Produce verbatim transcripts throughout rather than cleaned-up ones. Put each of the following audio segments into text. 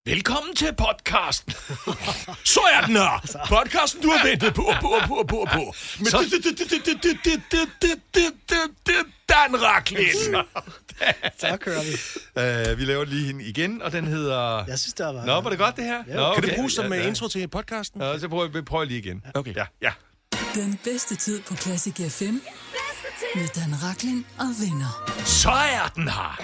Velkommen til podcasten. Så er den her. Podcasten, du har ventet på, på, på, på, på. Dan Rachlin. Så kører vi. Uh, vi laver lige hende igen, og den hedder... Jeg synes, det var... Nå, var det godt, det her? Ja, Nå, okay. Kan det bruges som ja, ja. intro til podcasten? Ja, så prøver vi prøver lige igen. Okay. Ja, ja. Den bedste tid på Classic F M med Dan Rachlin og venner. Så er den her.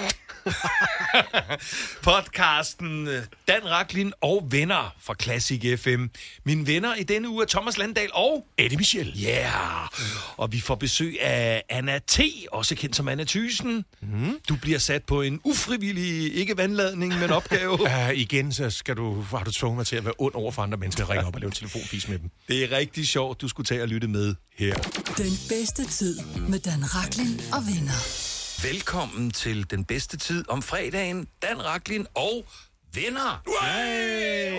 Podcasten Dan Rachlin og venner fra Classic F M. Mine venner i denne uge er Thomas Landahl og Eddie Michel. Ja, yeah. Og vi får besøg af Anna T, også kendt som Anna Thyssen. Mm. Du bliver sat på en ufrivillig, ikke vandladning, men opgave. Uh, igen, så skal du, har du tvunget mig til at være ond over for andre mennesker og ringe op og lave telefonfis med dem. Det er rigtig sjovt, du skulle tage og lytte med her. Den bedste tid med Dan Rachlin og venner. Velkommen til den bedste tid om fredagen. Dan Rachlin og venner. Hey!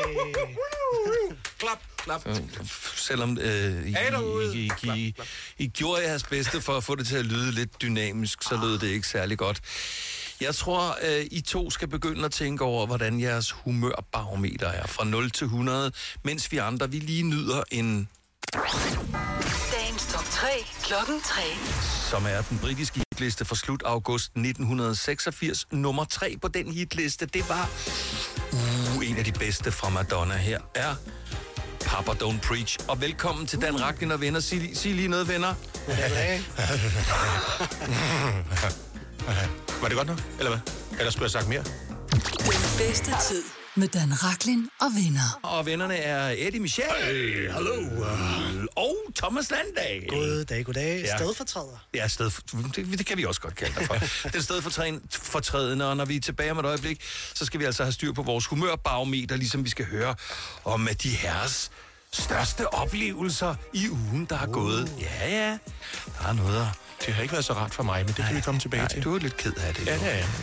Klap, klap. Selvom øh, I, I, I, I, I gjorde jeres bedste for at få det til at lyde lidt dynamisk, så lød det ikke særlig godt. Jeg tror, øh, I to skal begynde at tænke over, hvordan jeres humørbarometer er fra nul til hundrede, mens vi andre, vi lige nyder en... Dagens top tre klokken tre. Som er den britiske hitliste fra slut august nitten seksogfirs. Nummer tre på den hitliste, det var uh, en af de bedste fra Madonna. Her er Papa Don't Preach. Og velkommen til Dan Rachlin og venner. Sig, sig lige noget, venner. Var det godt nok? Eller hvad? Eller skulle jeg have sagt mere? Den bedste tid med Dan Rachlin og venner. Og vennerne er Eddie Michel. Hey, hallo. Og Thomas Landahl. Goddag, goddag. Ja. Stedfortræder. Ja, sted, det, det kan vi også godt kalde dig for. Den stedfortrædende, og når vi er tilbage om et øjeblik, så skal vi altså have styr på vores humørbarometer, ligesom vi skal høre om de herres største oplevelser i ugen, der har uh. gået. Ja, ja, der er noget. Det har ikke været så rart for mig, men det nej, kan vi komme tilbage nej, til. Du er lidt ked af det. Ja, det er jeg.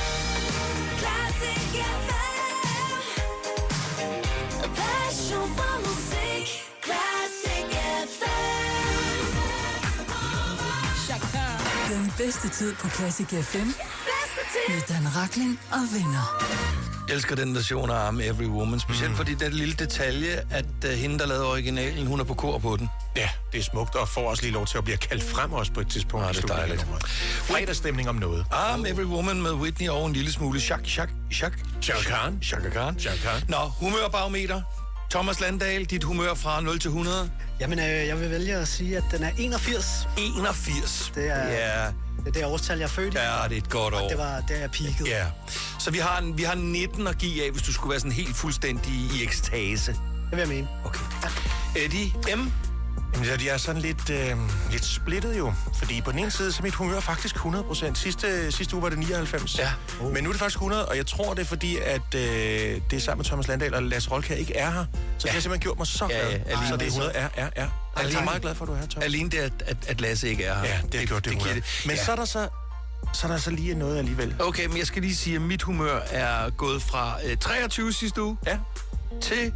Den bedste tid på Classic F M med Dan Rachlin og venner. Jeg elsker den version af I'm Every Woman, specielt mm. fordi den lille detalje, at uh, hende, der lavede originalen, hun er på kor på den. Ja, det er smukt, og får også lige lov til at blive kaldt frem også på et tidspunkt. Ja, det er dejligt. Fredagsstemning om noget. I'm Every Woman med Whitney og en lille smule Chaka Chaka Chaka Chaka Khan. Chaka Khan. Chaka Khan. Nå, humørbarometer. Thomas Landahl, dit humør fra nul til hundrede? Jamen, øh, jeg vil vælge at sige, at den er enogfirs. enogfirs. Det er, ja. det er det årstal, jeg er født i. Ja, det er et godt år. Og det var der, jeg peakede. Ja. Så vi har, en, vi har nitten at give af, hvis du skulle være sådan helt fuldstændig i ekstase. Det vil jeg mene. Okay. Eddie M. Jamen, jeg er sådan lidt, øh, lidt splittet jo, fordi på den ene side, så er mit humør faktisk hundrede procent. Sidste, sidste uge var det nioghalvfems. Ja. Oh. Men nu er det faktisk hundrede, og jeg tror, det er fordi, at øh, det er sammen med Thomas Landahl og Lasse Rolkær ikke er her. Så ja. Det har simpelthen gjort mig så glad. Ja, ja, alene, så det er hundrede er, er, er. Jeg er alene, meget glad for, at du er her, Thomas. Alene det, at, at, at Lasse ikke er her. Ja, det har gjort det, det, det, det. Men ja. så er der så... Så er der så lige noget alligevel. Okay, men jeg skal lige sige, at mit humør er gået fra øh, treogtyve sidste uge ja. til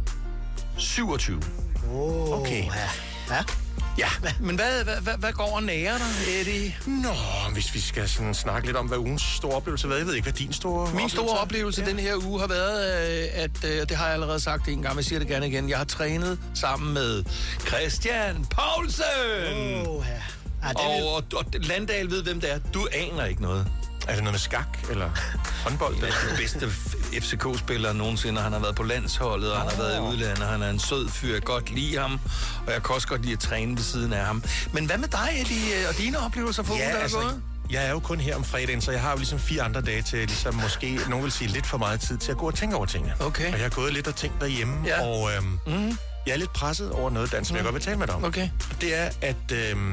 syvogtyve. Oh, okay. Ja. Ja. Ja, men hvad, hvad, hvad, hvad går og nærer dig, Eddie? Nå, hvis vi skal sådan snakke lidt om, hvad ugens store oplevelse har været. Jeg ved ikke, hvad din store Min oplevelse store oplevelse ja. den her uge har været, øh, at, øh, det har jeg allerede sagt en gang, men jeg siger det gerne igen, jeg har trænet sammen med Christian Poulsen. Oh, ja. Ja, og, og, og Landahl ved, hvem det er. Du aner ikke noget. Er det noget med skak eller håndbold? Det er den bedste F C K-spiller nogensinde. Han har været på landsholdet, og han har været i udlandet. Han er en sød fyr. Jeg godt lide ham, og jeg kan også godt lide at træne ved siden af ham. Men hvad med dig, Eddie, og dine oplevelser på ugen, ja, der er altså, gået? Jeg er jo kun her om fredagen, så jeg har jo ligesom fire andre dage til, ligesom måske, nogen vil sige, lidt for meget tid til at gå og tænke over tingene. Okay. Og jeg har gået lidt og tænkt derhjemme, ja. og øhm, mm. jeg er lidt presset over noget, Dan, som mm. jeg godt vil tale med dig om. Okay. Det er, at øhm,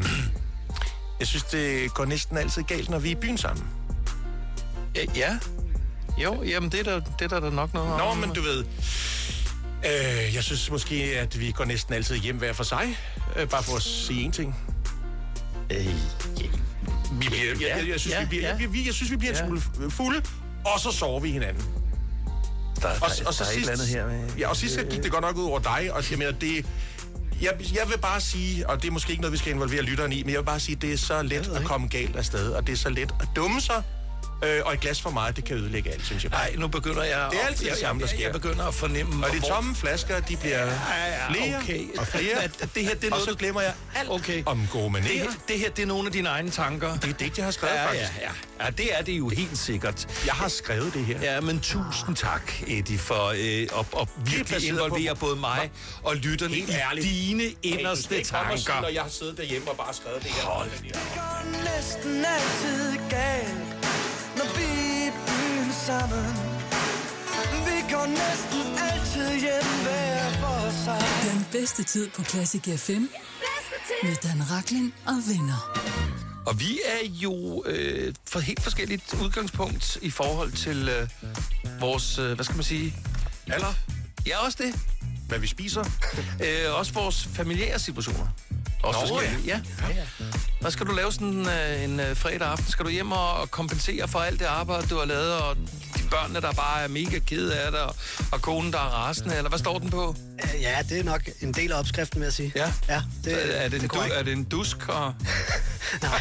jeg synes, det går næsten altid galt, når vi er i byen sammen. Ja. Jo, jamen det er der, det er der nok noget om. Nå, men du ved, øh, jeg synes måske, at vi går næsten altid hjem hver for sig. Øh, bare for at sige én ting. Øh, yeah. Vi bliver, jeg, jeg, jeg, synes, ja, vi bliver, ja. jeg, jeg, jeg synes, vi bliver ja. en smule fulde, og så sover vi hinanden. Der, der, og, der, og så der er sidst, et eller andet her. Med, ja, og sidst gik det godt nok ud over dig, og jeg mener, det... Jeg, jeg vil bare sige, og det er måske ikke noget, vi skal involvere lytteren i, men jeg vil bare sige, at det er så let at komme galt afsted, og det er så let at dumme sig, Øh, og et glas for meget, det kan ødelægge alt, synes jeg. Nej, nu begynder jeg... Det er altid det samme, der sker. Jeg begynder at fornemme... Og de tomme flasker, de bliver ja, ja, flere okay. og flere. At, at det her, det er og noget, så du... glemmer jeg alt okay. om gode manerer. Det, her, det her, det er nogle af dine egne tanker. Det er det, jeg har skrevet, ja, faktisk. Ja, ja. ja, det er det jo helt sikkert. Jeg har skrevet det her. Ja, men tusind tak, Eddie, for øh, at, at virkelig involvere på... både mig og lytterne helt i ærligt. Dine inderste hey, tanker. Sige, når jeg har siddet derhjemme og bare skrevet det her. Hold det går næsten altid galt, når vi er byen sammen. Vi går næsten altid hjem hver for sig. Den bedste tid på Classic F M med Dan Rachlin og venner. Og vi er jo øh, for helt forskelligt udgangspunkt i forhold til øh, vores, øh, hvad skal man sige? Alder? Ja, også det. Hvad vi spiser? øh, også vores familiære situationer. Også Nå, ja. ja. Hvad skal du lave sådan øh, en øh, fredag aften? Skal du hjem og, og kompensere for alt det arbejde, du har lavet, og de børnene, der bare er mega kede af det, og, og konen, der er rasende, eller hvad står den på? Ja, det er nok en del af opskriften, vil jeg sige. Ja? Ja, det, er, det en det du, er det en dusk? Og... Nej,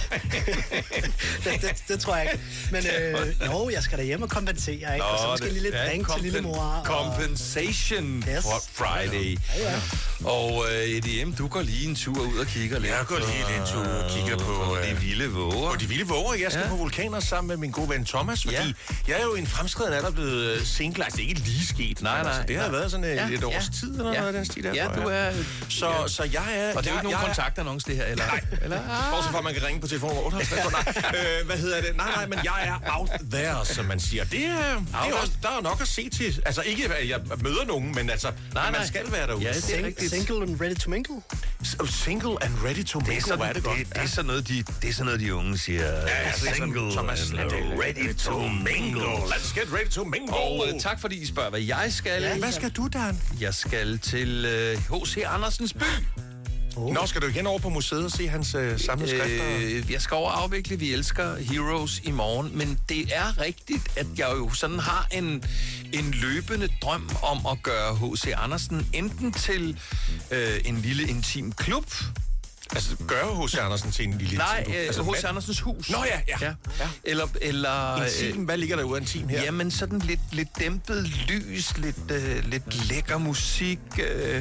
det, det, det tror jeg ikke. Men øh, jo, jeg skal da hjem og kompensere, ikke? Nå, og så måske lige lidt ja, drink kompen- til lillemor. Og... Compensation yes. for Friday. Ja, ja. Og øh, Eddie M., du går lige en tur ud og kigger lidt. Jeg går lige en tur og kigger på... Øh, de vilde våger. På de vilde våger. Jeg skal ja. på vulkaner sammen med min gode ven Thomas, fordi ja. jeg er jo i en fremskreden alder blevet single. Altså, det er ikke lige sket. Nej, nej. Altså, det har nej. været sådan et, ja, et års ja. tid, eller ja. noget af den stil der. Ja, du er... Så, ja. så jeg er... Og det er jo jeg, ikke nogen jeg, kontaktannonce, det her, eller? Nej. Eller? Bortset fra, at man kan ringe på telefonen otteoghalvtreds. Nej, øh, hvad hedder det? Nej, nej, men jeg er out there, som man siger. Det er, det er også, der er nok at se til. Altså, ikke at jeg møder nogen, men altså, nej, man skal være derude. Ja, det er Sing- rigtigt. Single and ready to mingle. Single and ready to mingle, det er sådan, hvor er det godt. Det, det, er sådan noget, de, det er sådan noget, de unge siger. Ja, altså, single Thomas and ready to mingle. Let's get ready to mingle. Og uh, tak, fordi I spørger, hvad jeg skal. Ja, hvad skal du, Dan? Jeg skal til H C Uh, Andersens By. Oh. Nå, skal du igen over på museet og se hans øh, samlede skrifter? Øh, jeg skal over afvikle Vi elsker Heroes i morgen, men det er rigtigt, at jeg jo sådan har en, en løbende drøm om at gøre H C Andersen enten til øh, en lille intim klub. Altså, gøre H C Andersen til en lille Nej, intim klub? øh, Altså, H C Andersens hus. Nå ja, ja. ja. ja. Eller... eller intim, hvad ligger der ude af intim her? Jamen, sådan lidt, lidt dæmpet lys, lidt, øh, lidt lækker musik. Øh.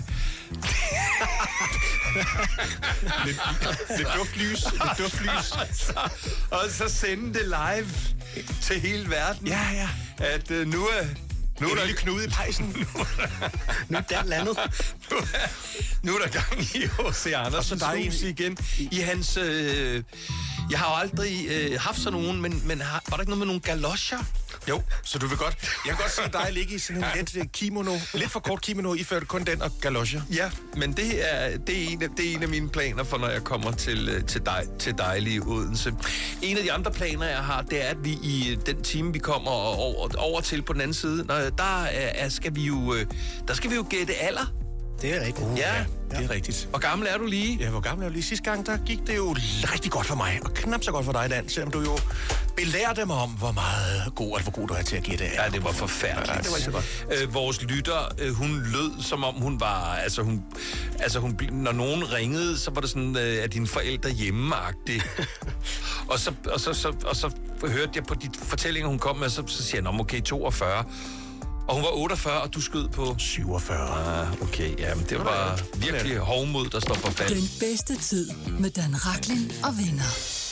lidt, lidt duftlys. Lidt duftlys. og, så, og så sende det live til hele verden. Ja, ja. At øh, nu er... Nu er der lige knude i pejsen. Nu er der landet. nu, er, nu er der gang i H C Andersens hus igen. I hans... Øh, jeg har jo aldrig øh, haft sådan nogen, men, men har, var der ikke noget med nogle galoscher? Jo, så du vil godt... Jeg kan godt se dig ligge i sådan en let uh, kimono. Lidt for kort kimono, iført kun den og galoscher. Ja, men det er, det, er en af, det er en af mine planer for, når jeg kommer til, til, dej, til dejlige Odense. En af de andre planer, jeg har, det er, at vi i den time, vi kommer over, over til på den anden side, der, der, er, skal vi jo, der skal vi jo gætte alder. Det er rigtigt. Uh, ja, ja, det er rigtigt. Hvor gammel er du lige? Ja, hvor gammel er du lige? Sidste gang, der gik det jo rigtig godt for mig, og knap så godt for dig, Dan, selvom du jo belærte mig om, hvor meget god, hvor god du er til at gætte. Ja, det var forfærdeligt. Ja, det var ikke så godt. Øh, vores lytter, øh, hun lød, som om hun var, altså hun, altså hun, når nogen ringede, så var det sådan, øh, at dine forældre hjemmeagtige. og, så, og, så, så, og så hørte jeg på de fortællinger, hun kom med, så, så siger jeg, okay, toogfyrre. Og hun var otteogfyrre, og du skød på... syvogfyrre. Ah, okay, ja, men det var virkelig hovmod, der står for fald. Den bedste tid med Dan Rachlin og venner.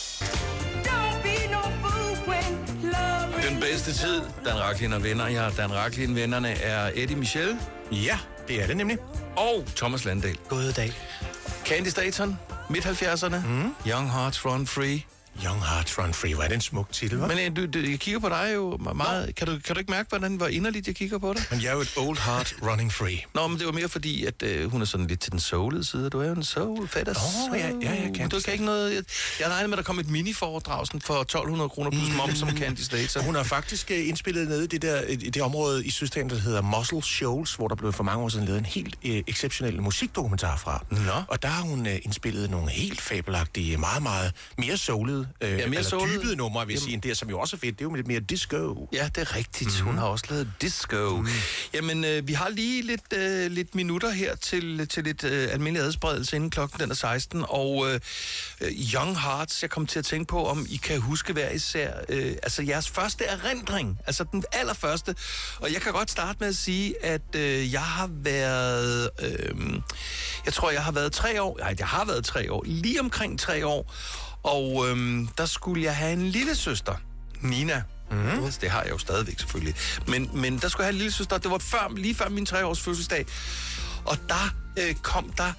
Den bedste tid, Dan Rachlin og venner. Jeg Dan Rachlin, vennerne er Eddie Michel. Ja, det er det nemlig. Og Thomas Landahl. God dag. Candy Staton, midt halvfjerdserne. Mm. Young Hearts Run Free. Young Hearts Run Free, var det en smuk titel, hva'? Men øh, du, du, jeg kigger på dig jo meget. Kan du, kan du ikke mærke, hvordan hvor inderligt jeg kigger på dig? Men jeg er jo et old heart running free. Nå, men det var mere fordi, at øh, hun er sådan lidt til den soulede side. Du er jo en soul, fedt Åh, ja, ja, ja, kan du kan ikke noget... Jeg, jeg regner med, at der kom et mini-foredrag sådan for tolv hundrede kroner plus moms som Candy Staton. Hun har faktisk uh, indspillet nede i det, der, i det område i Sydstaten, der hedder Muscle Shoals, hvor der blev for mange år siden lavet en helt uh, exceptionel musikdokumentar fra. Nå. Og der har hun uh, indspillet nogle helt fabelagtige, meget, meget mere soulede soulet, øh, ja, eller soulet. dybede numre, vil jeg sige, end det, som jo også er fedt. Det er jo lidt mere disco. Ja, det er rigtigt. Mm. Hun har også lavet disco. Mm. Jamen, øh, vi har lige lidt, øh, lidt minutter her til, til lidt øh, almindelig adspredelse inden klokken den er seksten, og øh, Young Hearts, jeg kom til at tænke på, om I kan huske hver især, øh, altså jeres første erindring, altså den allerførste, og jeg kan godt starte med at sige, at øh, jeg har været, øh, jeg tror, jeg har været tre år, nej, jeg har været tre år, lige omkring tre år, og øh, der skulle jeg have en lille søster, Nina. Mm. Altså, det har jeg jo stadigvæk selvfølgelig. Men, men der skulle jeg have en lille søster, det var før, lige før min tre års fødselsdag, og der øh, kom der,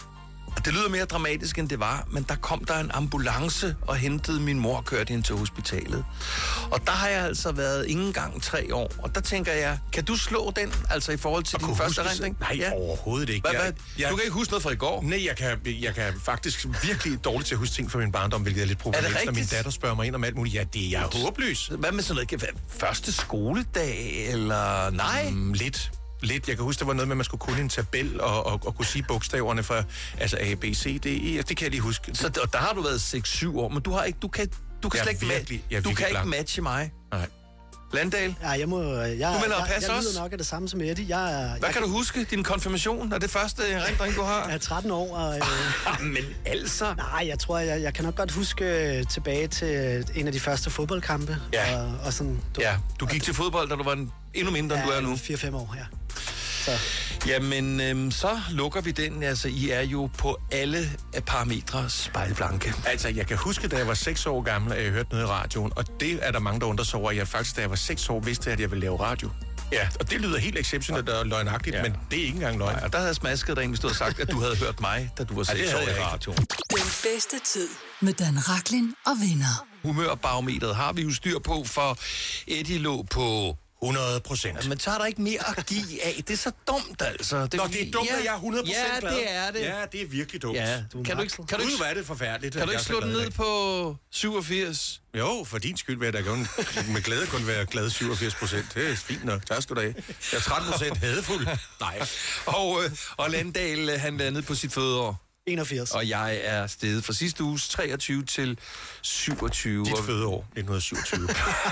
og det lyder mere dramatisk, end det var, men der kom der en ambulance og hentede min mor og kørte hende til hospitalet. Og der har jeg altså været ikke engang tre år. Og der tænker jeg, kan du slå den, altså i forhold til og din første erindring? Nej, ja. Overhovedet ikke. Hvad, hvad? Jeg, jeg, du kan ikke huske noget fra i går? Nej, jeg kan, jeg kan faktisk virkelig dårligt til at huske ting fra min barndom, hvilket er lidt problematisk, når min datter spørger mig ind om alt muligt. Ja, det er jeg håbløs. Hvad med sådan noget? Første skoledag, eller nej? Mm, lidt. Lidt. Jeg kan huske, der var noget med, at man skulle kunne en tabel og, og, og kunne sige bogstaverne fra altså A, B, C, D, E. Det kan jeg lige huske. Så og der har du været seks syv år, men du har ikke, du kan, du kan slet ikke, virkelig, ma- du kan ikke matche mig. Nej. Landdal? Ja, jeg må... Jeg, du mener at passe jeg, også? Jeg lyder nok af det samme som Eddie. Jeg, Hvad jeg, kan jeg, du huske? Din konfirmation? Er det første erindring, du har? Jeg er tretten år, og... Øh, men altså... Nej, jeg tror, jeg, jeg kan nok godt huske tilbage til en af de første fodboldkampe. Ja. Og, og sådan, du, ja, du gik til fodbold, da du var en, endnu mindre, ja, end du er nu. fire fem år, ja. Så. Jamen, øhm, så lukker vi den. Altså, I er jo på alle parametre spejlblanke. Altså, jeg kan huske, da jeg var seks år gammel, at jeg hørte noget i radioen, og det er der mange, der undrer sig over. Jeg faktisk, da jeg var seks år, vidste, at jeg ville lave radio. Ja, og det lyder helt exceptionelt og løgnagtigt, ja. Men det er ikke engang løgn. Nej, og der havde jeg smasket dig, hvis du havde sagt, at du havde hørt mig, da du var seks år i radioen. Den bedste tid med Dan Rachlin og venner. Humørbarometeret har vi jo styr på, for Eddie lå på... hundrede procent. Ja, men så er der ikke mere at give af. Det er så dumt, altså. Det er, Nå, det er dumt, ja, at jeg er hundrede procent ja, glad. Ja, det er det. Ja, det er virkelig dumt. Ja, du kan du ikke, kan du ikke, Gud, er det forfærdeligt. Kan du ikke slå den ned på syvogfirs? Jo, for din skyld vil jeg da kun med glæde kun være glad syvogfirs procent. Det er fint nok. Tak skal du have. Jeg er tretten procent hadefuld. Nej. Og, øh, og Landdal, han landede på sit fødeår. enogfirs. Og jeg er steget fra sidste uges treogtyve til syvogtyve. Dit fødeår, nitten syvogtyve.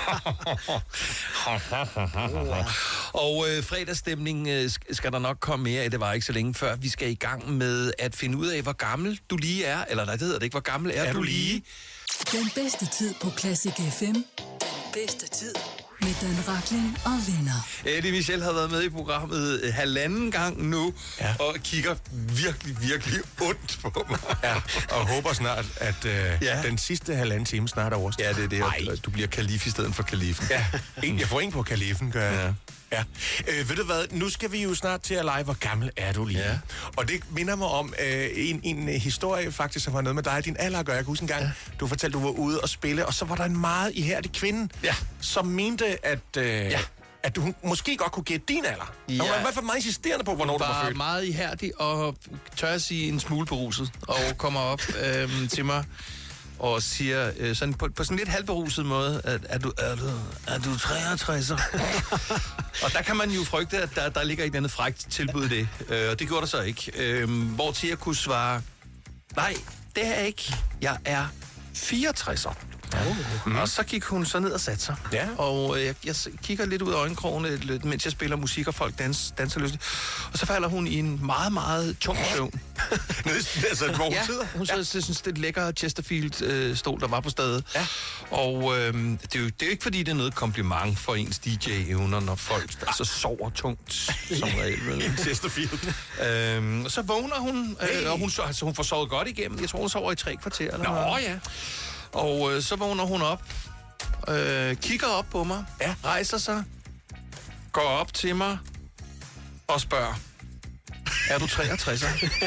Og øh, fredagsstemning øh, skal der nok komme mere af. Det var ikke så længe før. Vi skal i gang med at finde ud af, hvor gammel du lige er. Eller nej, det hedder det ikke. Hvor gammel er, er du lige? Den bedste tid på Classic F M. Den bedste tid med Dan Rachlin og venner. Eddie Michel har været med i programmet øh, halvanden gang nu, ja. Og kigger virkelig, virkelig ondt på mig. Ja, og håber snart, at øh, ja. den sidste halvanden time snart er overstået. Ja, det er det. Ej. Du bliver kalif i stedet for kalifen. Ja, jeg får en på kalifen, gør jeg. Ja. Ja. Øh, ved du hvad, nu skal vi jo snart til at lege, hvor gammel er du lige? Ja. Og det minder mig om øh, en, en historie faktisk, som har noget med dig og din alder at gøre. Jeg kan huske en gang, ja. du fortalte, du var ude og spille, og så var der en meget ihærdig kvinde, ja. som mente, at... Øh, ja. at du måske godt kunne gætte din alder. Ja. Hun var i hvert fald meget insisterende på, hvornår du var født. Hun var meget ihærdig og tør at sige en smule beruset, og kommer op øh, til mig og siger øh, sådan på, på sådan lidt halvberuset måde, at er du, er du, er du treogtres? Og der kan man jo frygte, at der, der ligger et andet frækt tilbud i det. Øh, og det gjorde der så ikke. Øh, hvor til jeg kunne svare, nej, det er jeg ikke. Jeg er fireogtres'er. Ja. Mm. Og så gik hun så ned og satte sig. Ja. Og øh, jeg, jeg kigger lidt ud af øjenkrogene, mens jeg spiller musik, og folk dans, danser løst. Og så falder hun i en meget, meget tung søvn. Altså, hvor hun ja, sidder? hun sidder, ja. synes, det er et lækker Chesterfield-stol, øh, der var på stedet. Ja. Og øh, det, er jo, det er jo ikke, fordi det er noget kompliment for ens D J-evner, når folk altså, sover tungt, som regel. En Chesterfield. Øhm, og så vågner hun, øh, hey. og hun, altså, hun får sovet godt igennem. Jeg tror, hun sover i tre kvarter. Eller Nå, noget. ja. Og øh, så vågner hun op, øh, kigger op på mig, ja. rejser sig, går op til mig og spørger, er du treogtres?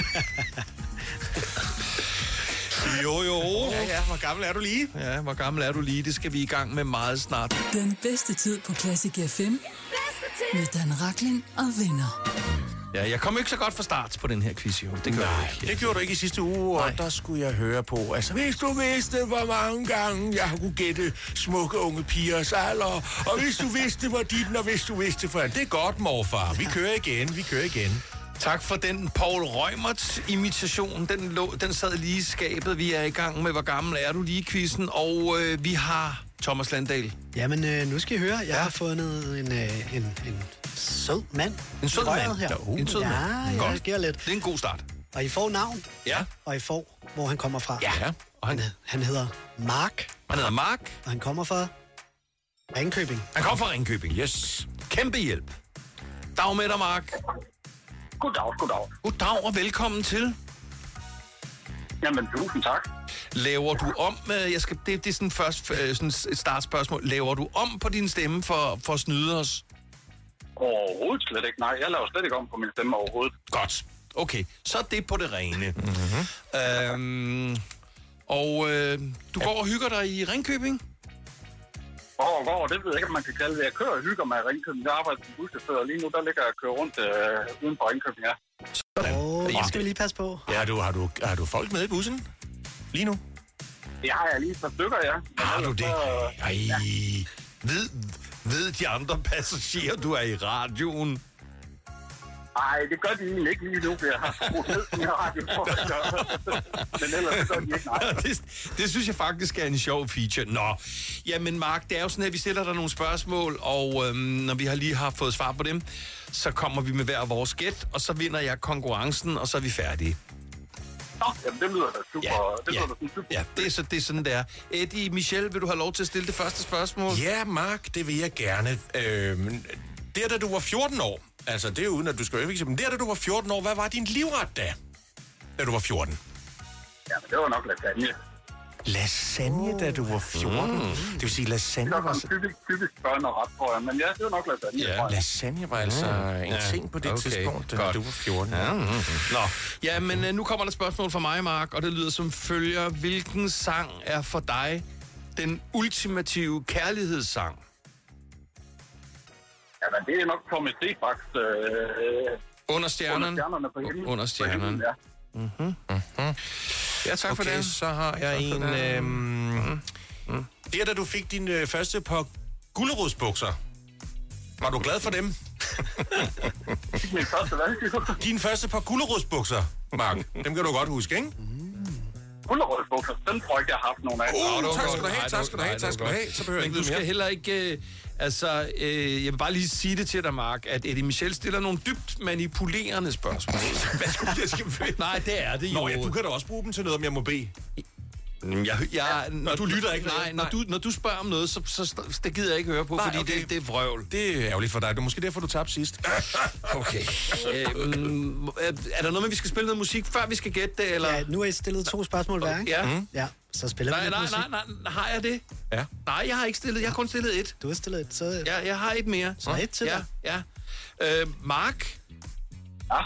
Jo, jo. Ja, ja, hvor gammel er du lige? Ja, hvor gammel er du lige? Det skal vi i gang med meget snart. Den bedste tid på Classic F M med Dan Rachlin og venner. Ja, jeg kom ikke så godt fra start på den her quiz, jo. Det gør jeg ikke. Det gjorde du ikke i sidste uge, og Nej. der skulle jeg høre på. Altså, hvis du vidste, hvor mange gange jeg kunne gætte smukke unge pigers alder, og hvis du vidste, hvor dit, og hvis du vidste, for det er godt, morfar. Vi kører igen, vi kører igen. Tak for den Poul Reumert-imitation. Den, lå, den sad lige i skabet. Vi er i gang med, hvor gammel er du lige, quizzen. Og øh, vi har Thomas Landahl. Jamen, øh, nu skal I høre. Jeg ja. har fundet en, øh, en, en sød mand. En sød mand? Her. Uh, en sød ja, mand. Ja, jeg giver lidt. Det er en god start. Og I får navn. Ja. Og I får, hvor han kommer fra. Ja. Og han, han hedder Mark. Han hedder Mark. Og han kommer fra Ringkøbing. Han kommer fra Ringkøbing, yes. Kæmpe hjælp. Dag med dig, Mark. Goddag, goddag. Goddag og velkommen til. Jamen, tusind tak. Laver du om, jeg skal, det, det er sådan først sådan et startspørgsmål, laver du om på din stemme for, for at snyde os? Overhovedet slet ikke, nej. Jeg laver slet ikke om på min stemme overhovedet. Godt. Okay, så er det på det rene. Mm-hmm. Øhm, og øh, du går og hygger dig i Ringkøbing? Går og går, det ved jeg ikke, om man kan kalde det. Jeg kører og hygger mig i Ringkøbing. Jeg arbejder som buschauffør, og lige nu der ligger jeg og kører rundt øh, uden for Ringkøbing, ja. Sådan. Åh, oh, skal vi lige passe på. Ja, har du, har, du, har du folk med i bussen lige nu? Det har jeg lige et par stykker, ja. Har du det? Så, Ej, ja. ved, ved de andre passagerer, du er i radioen? Nej, det gør de egentlig ikke lige nu, for jeg har skruet ned til radio for at gøre. Men ellers så gør de ikke, nej. det, det synes jeg faktisk er en sjov feature. Nå, jamen Mark, det er jo sådan, at vi stiller dig nogle spørgsmål, og øhm, når vi har lige har fået svar på dem, så kommer vi med hver vores gæt, og så vinder jeg konkurrencen, og så er vi færdige. Nå, jamen det lyder da super. Ja, det lyder ja, da super. ja, det er, så, det er sådan, der. Eddie, Michelle, vil du have lov til at stille det første spørgsmål? Ja, Mark, det vil jeg gerne. Øhm, der, da du var fjorten år, altså det er uden, at du skal øve, men der, da du var fjorten år, hvad var din livret da, da du var fjorten? Jamen, det var nok lasagne. Lasagne, da du var fjorten? Mm. Det vil sige, lasagne det var... var... Det var typisk, typisk børneret, tror jeg, men ja, det var nok lasagne. Ja, lasagne var altså mm. en ja. ting på det okay. tidspunkt, da Godt. du var fjorten. Ja, mm-hmm. Nå, ja, men uh, nu kommer der et spørgsmål fra mig, Mark, og det lyder som følger. Hvilken sang er for dig den ultimative kærlighedssang? Jamen, det er nok Tommy Seebachs... Øh, under stjernerne? Under stjernerne på himlen. Under stjernerne. Ja. Mm-hmm. Mm-hmm. Ja, tak okay, for det. Så har jeg en... Øhm, mm. Mm. Der, da du fik din øh, første par gulerodsbukser, var du glad for dem? Min første hvad? Din første par gulerodsbukser, Mark. Dem kan du godt huske, ikke? Gulerodsbukser, den tror jeg ikke, jeg har haft nogen af. Oh, oh, tak skal du have, tak skal du have, tak skal du have. Så behøver jeg Men ikke du skal mere. heller ikke... Øh, altså, øh, jeg vil bare lige sige det til dig, Mark, at Eddie Michel stiller nogle dybt manipulerende spørgsmål. Hvad skulle jeg skal... Nej, det er det jo. Nå ja, du kan da også bruge dem til noget, om jeg må bede. Jeg, jeg, når du lytter ikke. Nej, når du, når du spørger om noget, så, så det gider jeg ikke høre på, nej, fordi okay. det, det er vrøvl. Det er ærgerligt for dig. Det er måske derfor, du tabte sidst. Okay. øhm, er der noget med, vi skal spille noget musik, før vi skal gætte det, eller? Ja, nu er I stillet to spørgsmål hver, ikke? Ja. Mm. Ja, så spiller nej, vi lidt nej, musik. nej, nej, nej, har jeg det? Ja. Nej, jeg har ikke stillet. Jeg har kun stillet et. Du har stillet et, så... Ja, jeg har et mere. Så et til ja, dig. Ja. Øh, Mark? Ja?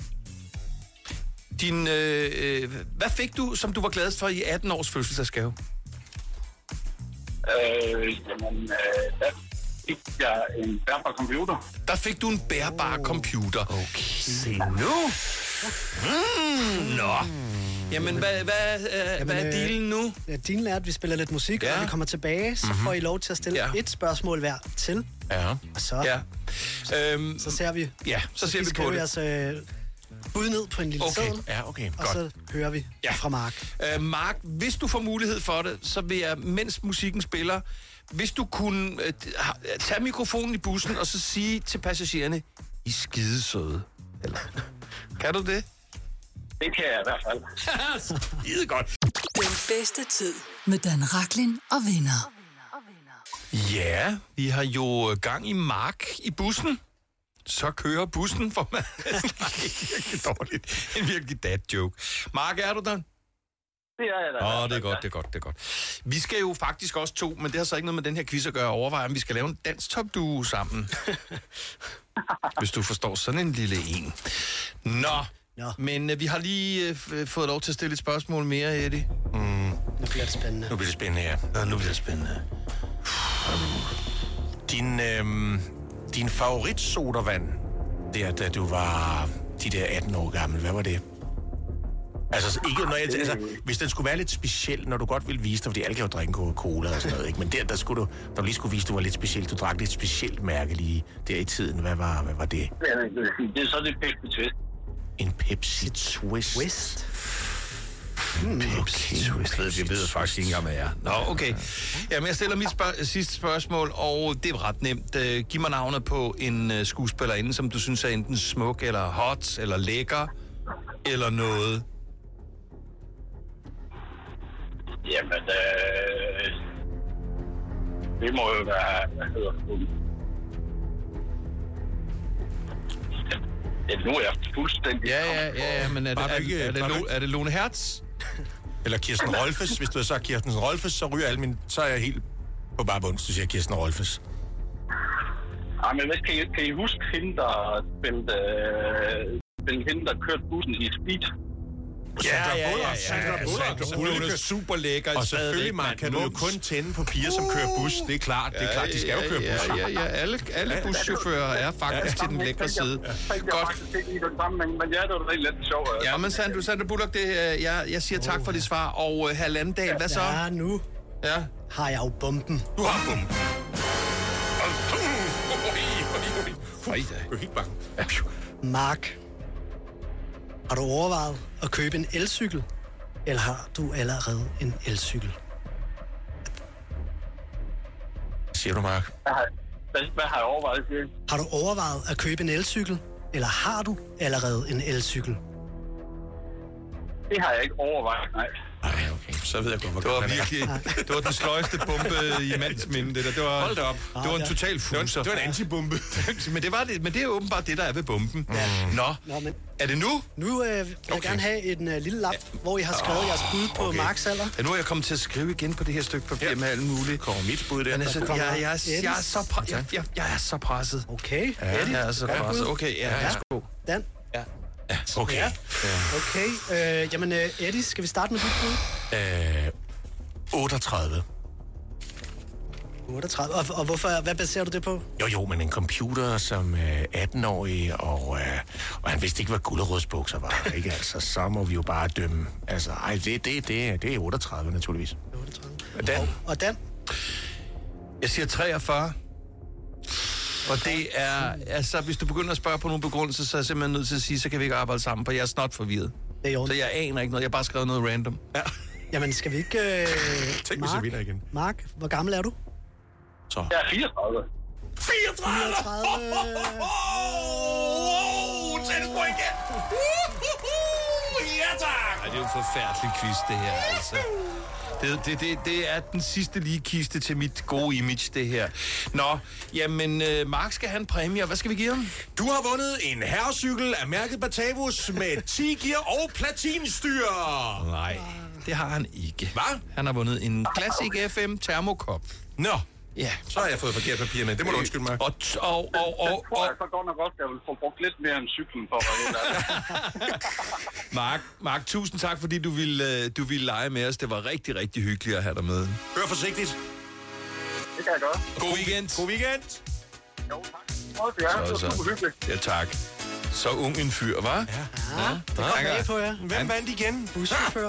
Din, øh, øh, hvad fik du, som du var gladest for i atten års fødselsdagsgave? Øh, jamen, øh, der fik jeg en bærbar computer. Der fik du en bærbar oh. computer. Okay. Se nu. Mm, nå. Jamen, hvad, hvad, øh, Jamen, hvad er dealen nu? Ja, dealen er, at vi spiller lidt musik, ja. og vi kommer tilbage, så mm-hmm. får I lov til at stille ja. et spørgsmål hver til. Ja. Og så, ja. øhm, så ser vi. Ja, så ser vi på det. Så øh, bud ned på en lille okay. seddel, ja, okay. og godt. så hører vi ja. fra Mark. Uh, Mark, hvis du får mulighed for det, så vil jeg, mens musikken spiller, hvis du kunne uh, tage mikrofonen i bussen, og så sige til passagererne, I er skidesøde. Eller, kan du det? Det kan jeg i hvert fald. Skide godt. Den bedste tid med Dan Rachlin og venner. Ja, vi har jo gang i Mark i bussen. Så kører bussen, for man er virkelig dårligt. En virkelig dad joke. Mark, er du der? Det er jeg da. Åh, oh, det er godt, det er godt, det er godt. Vi skal jo faktisk også to, men det har så ikke noget med den her quiz at gøre, overveje, om vi skal lave en dansk top-duo sammen. Hvis du forstår sådan en lille en. Nå, Nå. men uh, vi har lige uh, fået lov til at stille et spørgsmål mere, Eddie. Mm. Nu bliver det spændende. Nu bliver det spændende, ja. Nå, nu bliver det spændende. Din, øhm, din favoritsodavand, der da du var de der atten år gammel, hvad var det? Altså, ikke, når jeg, altså, hvis den skulle være lidt speciel, når du godt ville vise dig, fordi alle kan jo drikke Coca-Cola og sådan noget, ikke? Men der, der skulle du, når du lige skulle vise, at du var lidt speciel, du drak lidt specielt mærke lige der i tiden. Hvad var, hvad var det? Det er så det Pepsi Twist. Pepsi Twist. Twist. Hmm, Pepsi Twist, ved vi ved faktisk ikke engang, hvad jeg er. Nå, okay. Jamen, jeg stiller mit spørg- sidste spørgsmål, og det er ret nemt. Uh, giv mig navnet på en uh, skuespillerinde, som du synes er enten smuk, eller hot, eller lækker, eller noget. Jamen, øh, det må jo være, hvad hedder det? Ja, nu er jeg fuldstændig... Ja, ja, ja, ja, men er det, er, ikke, er, det, er, det, er det Lone Hertz? Eller Kirsten Rolfes. Hvis du har sagt Kirsten Rolfes, så ryger alle mine... Så er jeg helt på bare bunds, du siger Kirsten Rolfes. Ja, men hvad, kan, I, kan I huske hende, der spillede, øh, spillede hende, der kørte bussen i Speed? Ja, ja, ja, ja, Sandra ja, Bullock. Sandra Bullock. Hun er super lækker. Og selvfølgelig, Mark, kan du jo kun tænde på piger, som kører bus. Det er klart, det er klart, de skal jo køre bus. Ja, ja, ja. Alle, alle buschauffører er faktisk til den lækre side. Godt. Men ja, det var rigtig lidt sjovt. Ja, men Sandra, Sandra Bullock, det, jeg, jeg siger tak for dit svar. Og uh, herr Landdal, hvad så? Ja, nu Ja. har jeg jo bomben. Du har bomben. Fredag. Du er helt bange. Mark, har du overvejet at købe en elcykel? Eller har du allerede en elcykel? Siger du, Mark? Hvad har, hvad, hvad har jeg overvejet? Siger? Har du overvejet at købe en elcykel? Eller har du allerede en elcykel? Det har jeg ikke overvejet, nej. Nej, okay. Så ved jeg godt, hvor Det var gammel han er. virkelig, det var den sløjeste bombe i mands minde, det der. Det var, Hold da op. Det var en total fuser. Det var en antibombe. men, det var det, men det er åbenbart det, der er ved bomben. Ja. Nå, Nå, men er det nu? nu øh, vil jeg Okay. gerne have en øh, lille lap, hvor I har skrevet oh, jeres bud på okay. Marks alder. Ja, nu er jeg kommet til at skrive igen på det her stykke papir Ja. med alt muligt. Kommer mit bud der. Men altså, Der kommer jeg, jeg, jeg, jeg, er så pre- jeg, jeg, jeg er så presset. Okay, Ja, Eddie. jeg er så presset. Okay, ja, Ja. værsgo. Dan. Okay. Ja. Okay, øh, jamen øh, Eddie, skal vi starte med dit bud? Øh, otteogtredive. otteogtredive. Og, og hvorfor, hvad baserer du det på? Jo, jo, men en computer som øh, atten-årig, og, øh, og han vidste ikke, hvad gulerodsbukser var, ikke? Altså, så må vi jo bare dømme. Altså, ej, det, det, det, det er otteogtredive, naturligvis. otteogtredive. Og Dan? Og, og Dan? Jeg siger treogfyrre. Og det er, altså, hvis du begynder at spørge på nogle begrundelser, så er jeg simpelthen nødt til at sige, så kan vi ikke arbejde sammen, for jeg er snart forvirret. Det er i Så orden. jeg aner ikke noget, jeg har bare skrevet noget random. Ja. Jamen, skal vi ikke... Øh, Tænk, hvis jeg vinder igen. Mark, hvor gammel er du? Så. Jeg er fireogtredive. fireogtredive! fireogtredive. Wow! Tæt på igen! Ja, tak! Ej, det er jo en forfærdelig quiz, det her, altså. Det, det, det, det er den sidste lige kiste til mit gode image, det her. Nå, jamen, øh, Mark skal have en præmie, og hvad skal vi give ham? Du har vundet en herrecykel af mærket Batavus med ti gear og platinstyr. Nej, det har han ikke. Hvad? Han har vundet en Classic F M termokop. Nå, Ja. så har jeg fået forkert papir med. Det må du undskylde mig. Og, t- og, og, Den og, tror og, jeg så godt nok også, jeg vil få brugt lidt mere end cyklen for at Mark, Mark, tusind tak, fordi du ville, øh, du ville lege med os. Det var rigtig, rigtig hyggeligt at have dig med. Hør forsigtigt. Det kan jeg gøre. God weekend. God weekend. Jo, tak. Også, ja, det var Så, super så. hyggeligt. Ja, tak. Så ung en fyr, hva'? Ja. Ja, det kom bag på jer. Hvem vandt igen? Buschauffør.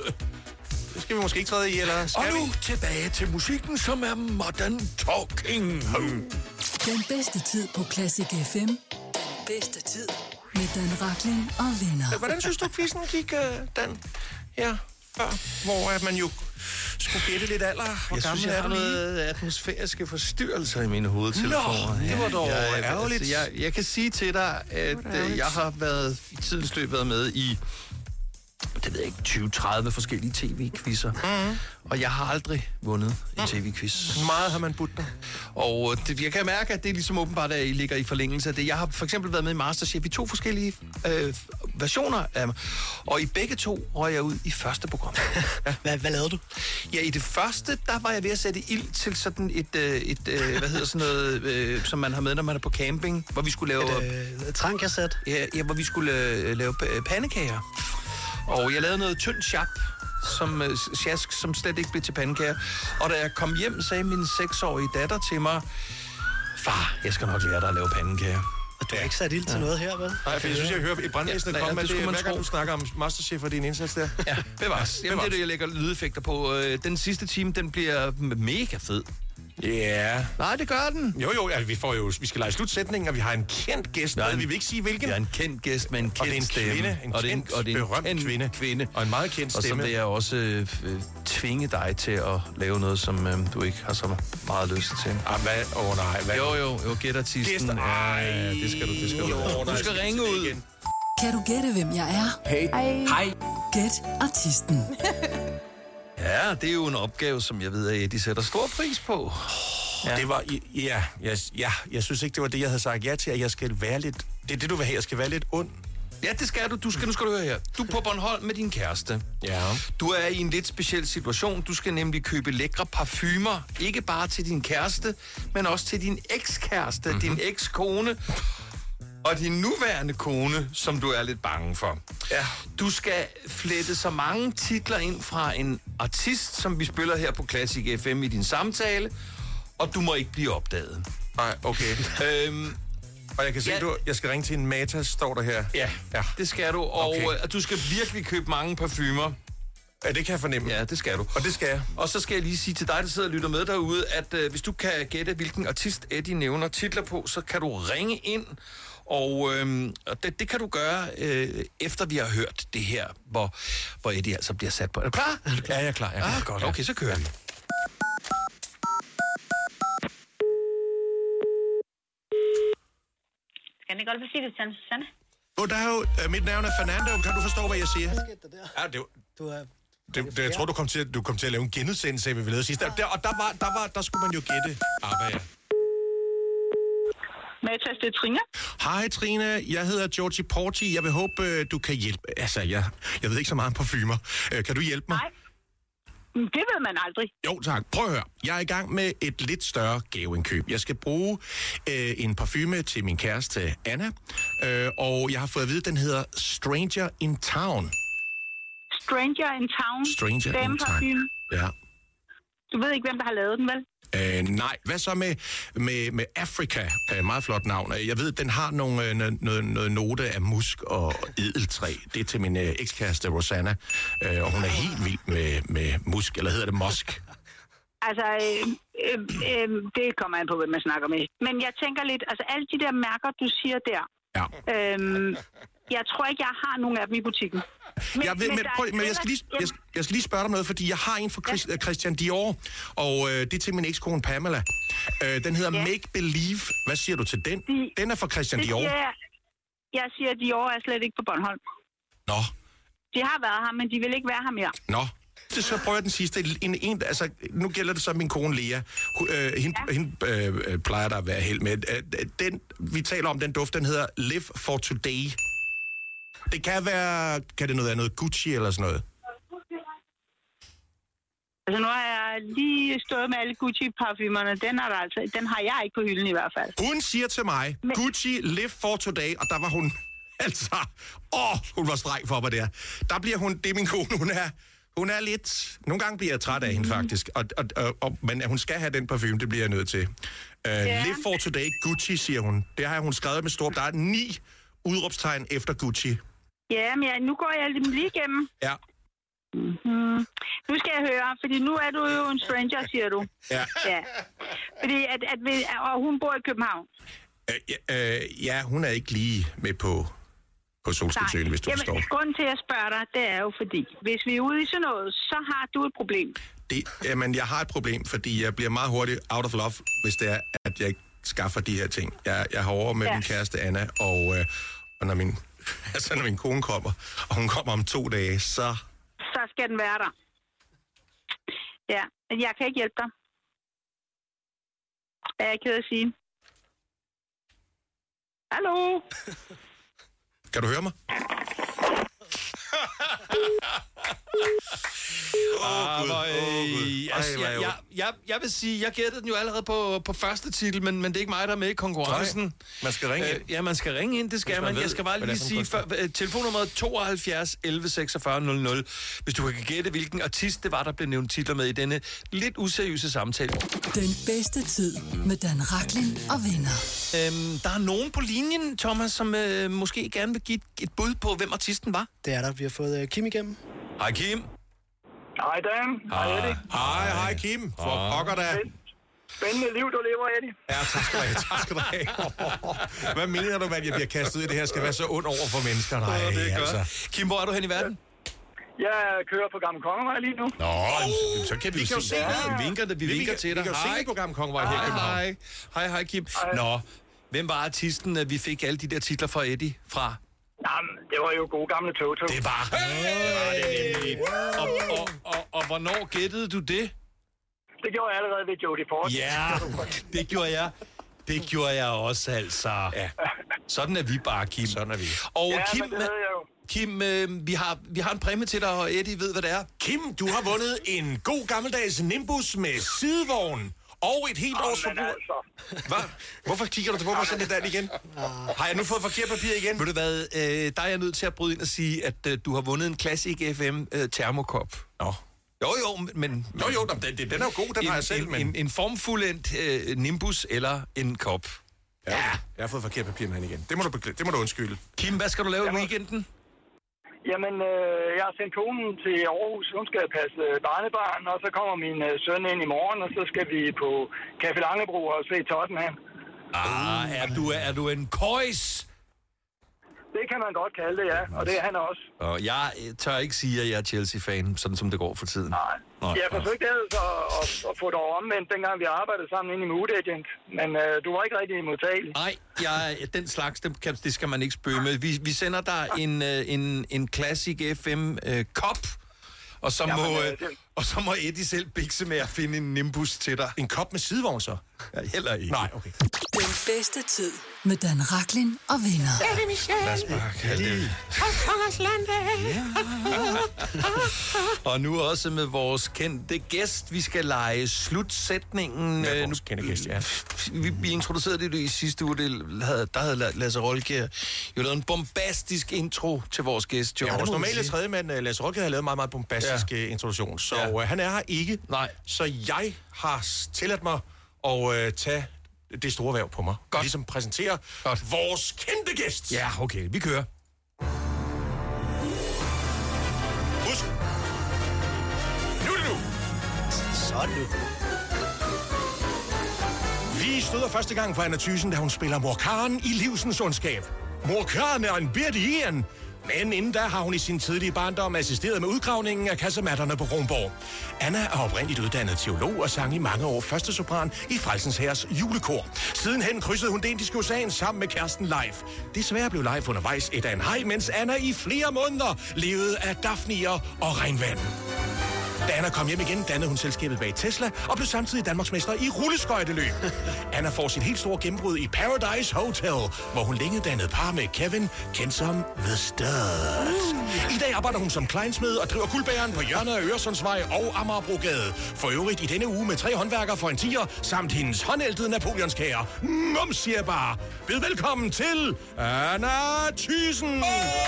Det skal vi måske ikke træde i, eller skal Og nu vi? tilbage til musikken, som er Modern Talking. Den bedste tid på Classic F M. Den bedste tid med Dan Rachlin og venner. Hvordan synes du, quizzen gik, uh, Dan? Ja, før. Hvor at man jo skulle gætte lidt alder. Hvor Jeg gammel synes, jeg er har du lige? noget atmosfæriske forstyrrelser i mine hovedtelefoner. Nå, det var dog ærgerligt. Altså, jeg, jeg kan sige til dig, at øh, jeg har været i tidens løb været med i det ved jeg ikke, tyve tredive forskellige tv-quizzer. Mm-hmm. Og jeg har aldrig vundet en tv-quiz. Meget har man budt dig. Og det, jeg kan mærke, at det er ligesom åbenbart, at I ligger i forlængelse af det. Jeg har for eksempel været med i MasterChef i to forskellige øh, versioner af mig. Og i begge to røg jeg ud i første program. Hvad, hvad lavede du? Ja, i det første, der var jeg ved at sætte ild til sådan et, øh, et øh, hvad hedder sådan noget, øh, som man har med, når man er på camping, hvor vi skulle lave, Et øh, trankasset. ja, ja, hvor vi skulle øh, lave pa- pandekager. Og jeg lavede noget tynd chap, som øh, sjask, som slet ikke blev til pandekager. Og da jeg kom hjem, sagde min seksårige datter til mig, far, jeg skal nok lære dig at lave pandekager. Og du har ikke sat ild til noget her, vel? Nej, for jeg synes, jeg hører et brandvæsen, der Ja, kommer med det skulle det, man hver gang tro. du snakker om Masterchef og din indsats der. Ja, bevares. Jamen, det er det, jeg lægger lydeffekter på. Øh, Den sidste time, den bliver mega fed. Ja. Yeah. Nej, det gør den. Jo, jo, altså, vi, får jo, vi skal lege slutsætningen, og vi har en kendt gæst med. Vi vil ikke sige, hvilken. Vi har en kendt gæst med en kendt og det er en stemme. Kvinde, en og det er en, og det er en berømt kendt kvinde. kvinde. Og en meget kendt stemme. Og så vil jeg også øh, tvinge dig til at lave noget, som øh, du ikke har så meget lyst til. Ah, hvad? Åh oh, nej. Hvad? Jo, jo, jo, gæt artisten. Ja, ja, det skal du, det skal du. Jo, du skal ringe ud. Kan du gætte, hvem jeg er? Hey. Hej. Gæt artisten. Ja, det er jo en opgave, som jeg ved, at Eddie sætter stor pris på. Ja. Det var, ja, jeg, ja, jeg synes ikke, det var det, jeg havde sagt ja til, at jeg skal være lidt, det er det, du vil have, jeg skal være lidt ond. Ja, det skal du. Du skal, nu skal du høre her. Du er på Bornholm med din kæreste. Ja. Du er i en lidt speciel situation. Du skal nemlig købe lækre parfumer. Ikke bare til din kæreste, men også til din ekskæreste, mm-hmm. din ekskone og din nuværende kone, som du er lidt bange for. Ja. Du skal flette så mange titler ind fra en artist, som vi spiller her på Classic F M i din samtale, og du må ikke blive opdaget. Nej, okay. øhm, og jeg kan se, ja. du, jeg skal ringe til en Matas, står der her. Ja, ja. Det skal du, og okay. øh, du skal virkelig købe mange parfumer. Ja, det kan jeg fornemme. Ja, det skal du. Og det skal jeg. Og så skal jeg lige sige til dig, der sidder og lytter med derude, at øh, hvis du kan gætte, hvilken artist Eddie nævner titler på, så kan du ringe ind, og, øh, og det, det kan du gøre, øh, efter vi har hørt det her, hvor, hvor Eddie altså bliver sat på. Er du klar? Ja, jeg er klar. Jeg er klar. Ah, godt. Okay, så kører vi. Kan det godt sige det til Susanne? Oh, der er jo, uh, mit navn er Fernando. Kan du forstå, hvad jeg siger? Hvad skete der der? Ja, det var... Du er... Det, det, jeg tror, du kom til, du kom til at lave en genudsendelse, af, hvad vi lavede sidst. Der, der, og der, var, der, var, der skulle man jo gætte. Abba, ja. Matas, det er Trine. Hej Trine, jeg hedder Georgie Porti. Jeg vil håbe, du kan hjælpe. Altså, jeg, jeg ved ikke så meget om parfumer. Kan du hjælpe mig? Nej. Det ved man aldrig. Jo tak. Prøv at høre. Jeg er i gang med et lidt større gaveindkøb. Jeg skal bruge øh, en parfume til min kæreste Anna. Øh, og jeg har fået at vide, at den hedder Stranger in Town. Stranger in Town? Stranger Dame in Town. Parfume. Ja. Du ved ikke, hvem der har lavet den, vel? Øh, nej, hvad så med, med, med Africa? Øh, meget flot navn. Jeg ved, den har nogle, øh, noget, noget note af musk og edeltræ. Det er til min øh, ekskæreste Rosanna, øh, og hun er helt vild med, med musk, eller hedder det mosk? Altså, øh, øh, øh, det kommer an på, hvem man snakker med. Men jeg tænker lidt, altså alle de der mærker, du siger der, ja. øh, jeg tror ikke, jeg har nogen af dem i butikken. Men, jeg, ved, men, men, prøv, men jeg, skal lige, jeg, skal, jeg skal lige spørge dig noget, fordi jeg har en fra Chris, ja. Christian Dior, og øh, det er til min ekskone Pamela. Øh, den hedder ja. Make Believe. Hvad siger du til den? De, den er fra Christian Dior. Jeg, jeg siger, at Dior er slet ikke på Bornholm. Nå. De har været her, men de vil ikke være her mere. Nå. Så prøver jeg den sidste. En, en, altså, nu gælder det så min kone Lea. Hun, øh, hende ja. hende øh, plejer der at være helt med. Den, vi taler om, den duft, den hedder Live for Today. Det kan være, kan det noget af noget Gucci eller sådan noget? Altså nu har jeg lige stået med alle Gucci-parfumerne. Den, er der altså, den har jeg ikke på hylden i hvert fald. Hun siger til mig, Men... Gucci Live for Today, og der var hun, altså, åh, hun var streng for mig der. Der bliver hun, det er min kone, hun er, hun er lidt, nogle gange bliver jeg træt af hende faktisk, og, og, og, og, men hun skal have den parfume, det bliver jeg nødt til. Uh, yeah. Live for Today, Gucci, siger hun. Det har hun skrevet med stort, der er ni udråbstegn efter Gucci. Ja, men ja, nu går jeg lige igennem. Ja. Mm-hmm. Nu skal jeg høre, fordi nu er du jo en stranger, siger du. Ja. Ja. Fordi at, at vi, og hun bor i København. Øh, ja, øh, ja, hun er ikke lige med på, på Solskinsøen, hvis du Jamen, forstår. Grunden til, at jeg spørger dig, det er jo fordi, hvis vi er ude i sådan noget, så har du et problem. Det, jamen, jeg har et problem, fordi jeg bliver meget hurtigt out of love, hvis det er, at jeg ikke skaffer de her ting. Jeg, jeg har over med ja. min kæreste Anna, og, øh, og når min... Altså, når min kone kommer, og hun kommer om to dage, så... Så skal den være der. Ja, men jeg kan ikke hjælpe dig. Er jeg ked at sige. Hallo? Kan du høre mig? Åh, oh, Gud. Oh, altså, jeg, jeg, jeg, jeg vil sige, jeg gættede den jo allerede på, på første titel, men, men det er ikke mig, der er med i konkurrencen. Nej, man skal ringe ind. Øh, ja, man skal ringe ind, det skal man. man. Ved, jeg skal bare lige sige, for, uh, telefonnummeret tooghalvfjerds elleve seksogfyrre nul nul, hvis du kan gætte, hvilken artist det var, der blev nævnt titler med i denne lidt useriøse samtale. Den bedste tid med Dan Rachlin og venner. Øhm, der er nogen på linjen, Thomas, som øh, måske gerne vil give et, et bud på, hvem artisten var. Det er der. Vi har fået uh, Kim igennem. Hej Kim. Hej Dan. Hej Eddie. Hej, hej Kim. For pokker da. Spændende liv, du lever, Eddie. Ja, tak skal du have. Tak skal du have. Hvad mener du, at jeg bliver kastet ud i det her? Skal være så ond over for mennesker? Nej, Åh, det er altså. godt. Kim, hvor er du hen i verden? Jeg kører på Gamle Kongevej lige nu. Nå, oh, så kan vi, Vi kan jo se det. Vi vinker, det. vi vi vinker kan, til vi dig. kan jo se det på Gamle Kongevej her i Hej, København. hej. Hej, hej, Kim. Nå, hvem var artisten, at vi fik alle de der titler fra Eddie fra? Jamen, det var jo gode gamle Toto. Det var hey! og, og, og, og hvornår gættede du det? Det gjorde jeg allerede ved Jodie Ford. Ja, det gjorde jeg. Det gjorde jeg også, altså. Ja. Sådan er vi bare, Kim. Sådan er vi. Og Ja, Kim, men det ved jeg jo. Kim øh, vi, har, vi har en præmie til dig, og Eddie ved, hvad det er. Kim, du har vundet en god gammeldags Nimbus med sidevogn og et helt års Jamen, forbrug. altså. Hvad? Hvorfor kigger du til på mig sådan lidt der igen? Har jeg nu fået forkert papir igen? Ved du hvad, øh, der er jeg nødt til at bryde ind og sige, at øh, du har vundet en Classic F M øh, termokop. Nå. Jo, jo, men... Jo, jo, den, den den er jo god, den en, har jeg selv, en, men... en, en formfuldendt øh, Nimbus eller en kop. Ja, jeg har fået forkert papir med igen. Det må du, bekl- det må du undskylde. Kim, hvad skal du lave i weekenden? Jamen, øh, jeg har sendt konen til Aarhus. Hun skal passe barnebarn, og så kommer min øh, søn ind i morgen, og så skal vi på Café Langebro og se Tottenham. Ah, er du, er du en køjs? Det kan man godt kalde det, ja. Og det er han også. Og jeg tør ikke sige, at jeg er Chelsea-fan, sådan som det går for tiden. Nej. Nej, Jeg forsøgte ellers at, at, at få dig omvendt, dengang vi arbejdede sammen inde i Mood Agent. Men øh, du var ikke rigtig modtagelig. Nej, jeg, den slags, det, kan, det skal man ikke spøge med. Vi, vi sender dig en, øh, en, en Classic F M-kop, øh, og, så Jamen, må, øh, øh, det- og så må Eddie selv bikse med at finde en Nimbus til dig. En kop med sidevogn, så? Ja, heller ikke. Nej, okay. Den bedste tid med Dan Rachlin og venner. Lad os bare kalde det. Og nu også med vores kendte gæst. Vi skal lege slutsætningen. Ja, Øh, vores kendte gæst, ja. Vi, vi introducerede det i sidste uge. Det havde, der havde Lasse Rolkjær jo lavet en bombastisk intro til vores gæst. Jo. Ja, vores Det må vi normale sige. tredje mand, Lasse Rolke, har lavet en meget, meget bombastisk ja. introduktion, så Ja. ja. han er her ikke. Nej. Så jeg har s- tilladt mig at øh, tage det store værv på mig. Godt. Ligesom præsentere Godt. vores kendte gæst. Ja, okay. Vi kører. Husk. Nu er det nu. Så nu. Vi støder første gang for Anna Thyssen, da hun spiller Mor Karen i Livsens Ondskab. Mor Karen er en birdig en, men inden da har hun i sin tidlige barndom assisteret med udgravningen af kasematterne på Kronborg. Anna er oprindeligt uddannet teolog og sang i mange år første sopran i Frelsens Hærs julekor. Sidenhen krydsede hun det indiske ocean sammen med kæresten Leif. Desværre blev Leif undervejs et af en haj, mens Anna i flere måneder levede af dafnier og regnvand. Da Anna kom hjem igen, dannede hun selskabet bag Tesla og blev samtidig Danmarksmester i rulleskøjteløb. Anna får sit helt store gennembrud i Paradise Hotel, hvor hun længe dannede par med Kevin, kendt som The Stud. I dag arbejder hun som kleinsmed og driver guldbæren på hjørnet af Øresundsvej og Amagerbrogade. For øvrigt i denne uge med tre håndværkere for en tier, samt hendes håndæltede napoleonskager. Mums, siger jeg bare. Byd velkommen til Anna Thyssen.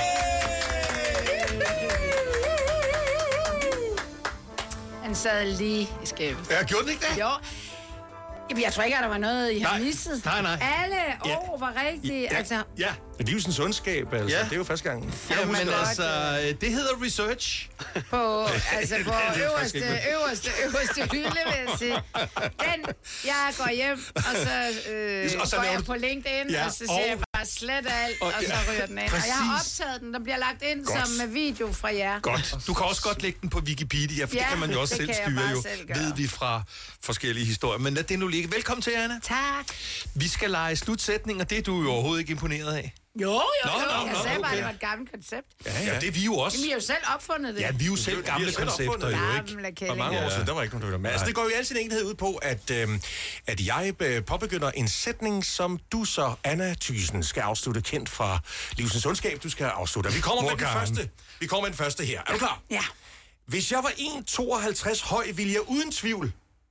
Han sad lige i skabet. Ja, gjorde den ikke det? Jo. Jamen, jeg tror ikke, at der var noget, I har Nej. misset. Nej, nej. Alle Ja. år var rigtige. Ja. Altså, Ja. Livsens ondskab, altså. Ja. Det er jo første gang. Jamen godt, altså, øh, det hedder research. på, altså på faktisk øverste, ikke. øverste, øverste hylde, vil jeg sige. Den, jeg går hjem, og så, øh, Og så går laver jeg du- på LinkedIn, Ja, og så og- ser jeg bare slet alt, og- og, så ja, ryger den ind. Og jeg har præcis. optaget den, der bliver lagt ind Godt. som med video fra jer. Godt. Du kan også godt lægge den på Wikipedia, for Ja, det kan man jo også det selv kan jeg styre, bare jo, selv gøre. ved vi fra forskellige historier. Men lad det nu ligge. Velkommen til, Anna. Tak. Vi skal lege slutsætninger. Det er du jo overhovedet ikke imponeret af. Jo, jo, Nå, jo. nå, jeg nå, sagde bare, okay. det var et gammelt koncept. Ja, Ja, det er vi jo også. Jamen, I har jo selv opfundet det. Ja, vi er jo selv Vi gamle har selv koncepter, opfundet jo det. ikke? Gamle For kællinger. mange år Ja. siden, der var ikke nogen, der ville med. Altså, det går jo i al sin enkelhed ud på, at, øh, at jeg øh, påbegynder en sætning, som du så, Anna Thyssen, skal afslutte, kendt fra Livsens Ondskab. Du skal afslutte. Vi kommer med den Morgan. første. Vi kommer med den første her. Er du klar? Ja. Hvis jeg var en komma tooghalvtreds høj, ville jeg uden tvivl...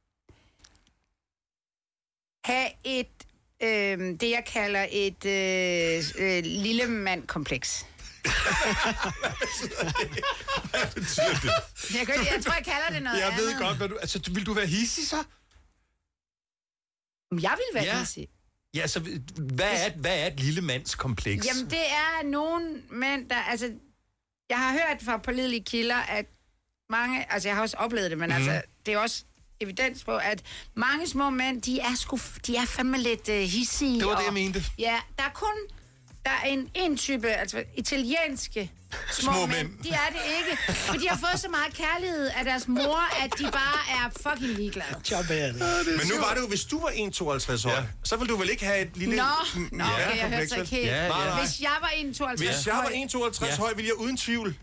Have et, øh, det jeg kalder et øh, øh, lille mand-kompleks. Hvad betyder det? Jeg, kan, jeg tror, jeg kalder det noget Jeg andet. ved godt, hvad du... Altså, vil du være hissig, så? Jeg vil være Ja. hissig. Ja, så hvad er, hvad er et lille mands kompleks? Jamen, det er nogle mænd, der... Altså, jeg har hørt fra pålidelige kilder, at mange... Altså, jeg har også oplevet det, men mm. altså, det er også evidens på, at mange små mænd, de er, sgu, de er fandme lidt uh, hissige. Det var og, det, jeg mente. Ja, der er kun der er en, en type, altså italienske små, små mænd. mænd. De er det ikke, for de har fået så meget kærlighed af deres mor, at de bare er fucking ligeglade. Job er det. Men nu var det jo, hvis du var en komma tooghalvtreds år, ja. så ville du vel ikke have et lille... Nå, nå ja, okay, jeg hørte så ikke helt. Ja, ja. Hvis jeg var en komma tooghalvtreds Hvis jeg var en komma tooghalvtreds ja. høj, ville jeg uden tvivl...